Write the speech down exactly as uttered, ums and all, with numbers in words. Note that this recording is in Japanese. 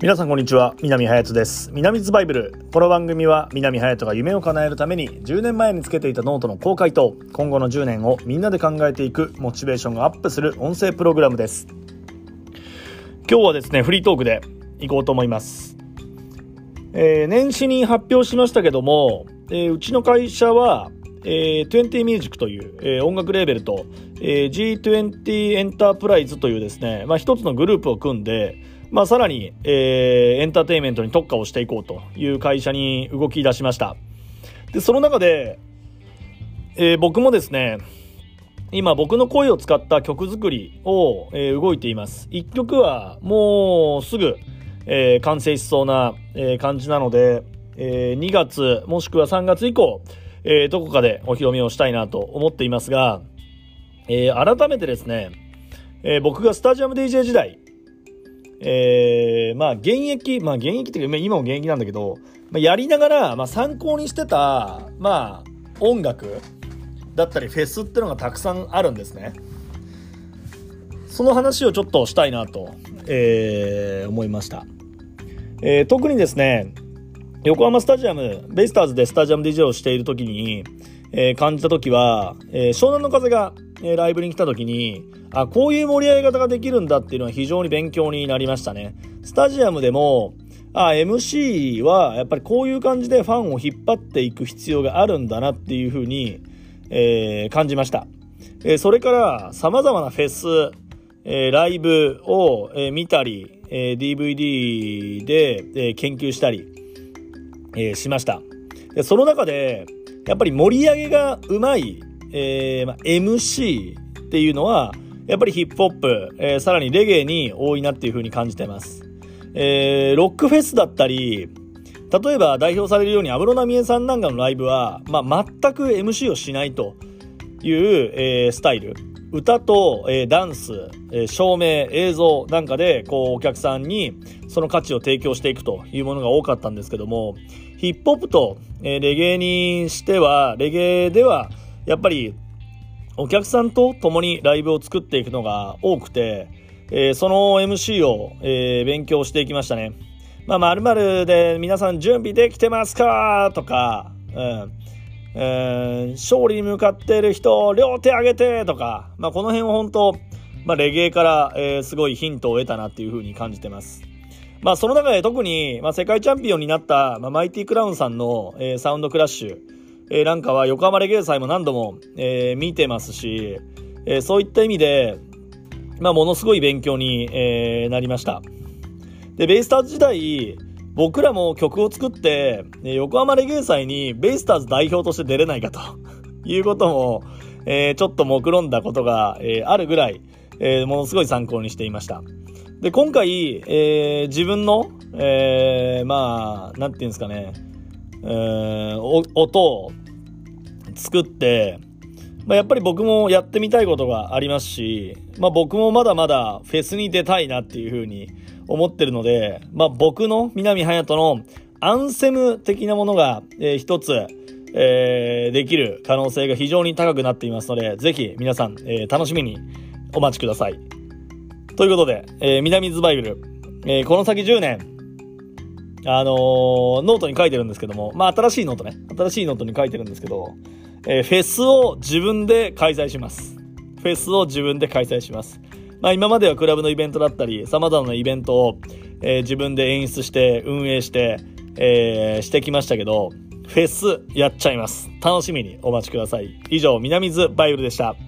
皆さんこんにちは、南隼人です。南ズバイブル。この番組は南隼人が夢を叶えるためにじゅうねんまえにつけていたノートの公開と今後のじゅうねんをみんなで考えていくモチベーションがアップする音声プログラムです。今日はですねフリートークでいこうと思います。えー、年始に発表しましたけども、えー、うちの会社はえー、にじゅうミュージックという、えー、音楽レーベルと、えー、ジーにじゅうエンタープライズというですね、まあ、一つのグループを組んで、まあ、さらに、えー、エンターテインメントに特化をしていこうという会社に動き出しました。でその中で、えー、僕もですね今僕の声を使った曲作りを、えー、動いています。一曲はもうすぐ、えー、完成しそうな、えー、感じなので、えー、にがつもしくはさんがつ以降えー、どこかでお披露目をしたいなと思っていますが、えー、改めてですね、えー、僕がスタジアム ディージェー 時代、えー、まあ現役、まあ現役っていうか今も現役なんだけど、まあ、やりながら、まあ、参考にしてた、まあ音楽だったりフェスってのがたくさんあるんですね。その話をちょっとしたいなと、えー、思いました。えー、特にですね、横浜スタジアム、ベイスターズでスタジアム ディージェー をしている時に、えー、感じた時は、えー、湘南の風が、えー、ライブに来た時に、あ、こういう盛り上げ方ができるんだっていうのは非常に勉強になりましたね。スタジアムでも、あ、エムシー はやっぱりこういう感じでファンを引っ張っていく必要があるんだなっていうふうに、えー、感じました。えー、それから様々なフェス、えー、ライブを、えー、見たり、えー、ディーブイディー で、えー、研究したり、えー、しました。でその中でやっぱり盛り上げがうまい、えーまあ、エムシー っていうのはやっぱりヒップホップ、えー、さらにレゲエに多いなっていう風に感じています。えー、ロックフェスだったり、例えば代表されるように安室奈美恵さんなんかのライブは、まあ、全く エムシー をしないという、えー、スタイル、歌と、えー、ダンス、えー、照明、映像なんかでこうお客さんにその価値を提供していくというものが多かったんですけども、ヒップホップと、えー、レゲエにしてはレゲエではやっぱりお客さんと共にライブを作っていくのが多くて、えー、その エムシー を、えー、勉強していきましたね。まあ〇〇で皆さん準備できてますかとか、うんえー、勝利に向かっている人両手上げてとか、まあ、この辺を本当、まあ、レゲエから、えー、すごいヒントを得たなっていう風に感じてます。まあ、その中で特に、まあ、世界チャンピオンになった、まあ、マイティクラウンさんの、えー、サウンドクラッシュ、えー、なんかは横浜レゲエ祭も何度も、えー、見てますし、えー、そういった意味で、まあ、ものすごい勉強に、えー、なりました。でベイスターズ時代僕らも曲を作って横浜レゲエ祭にベイスターズ代表として出れないかということも、えー、ちょっと目論んだことが、えー、あるぐらい、えー、ものすごい参考にしていました。で今回、えー、自分の、えー、まあなんていうんですかね、えー、音を作って、まあ、やっぱり僕もやってみたいことがありますし、まあ、僕もまだまだフェスに出たいなっていうふうに思ってるので、まあ、僕の南隼人のアンセム的なものが、えー、一つ、えー、できる可能性が非常に高くなっていますので、ぜひ皆さん、えー、楽しみにお待ちください。ということで、えー、南ズバイブル、えー、この先じゅうねんあのー、ノートに書いてるんですけども、まあ新しいノートね新しいノートに書いてるんですけど、えー、フェスを自分で開催します。フェスを自分で開催します。まあ今まではクラブのイベントだったり様々なイベントを、えー、自分で演出して運営して、えー、してきましたけど、フェスやっちゃいます。楽しみにお待ちください。以上、南ズバイブルでした。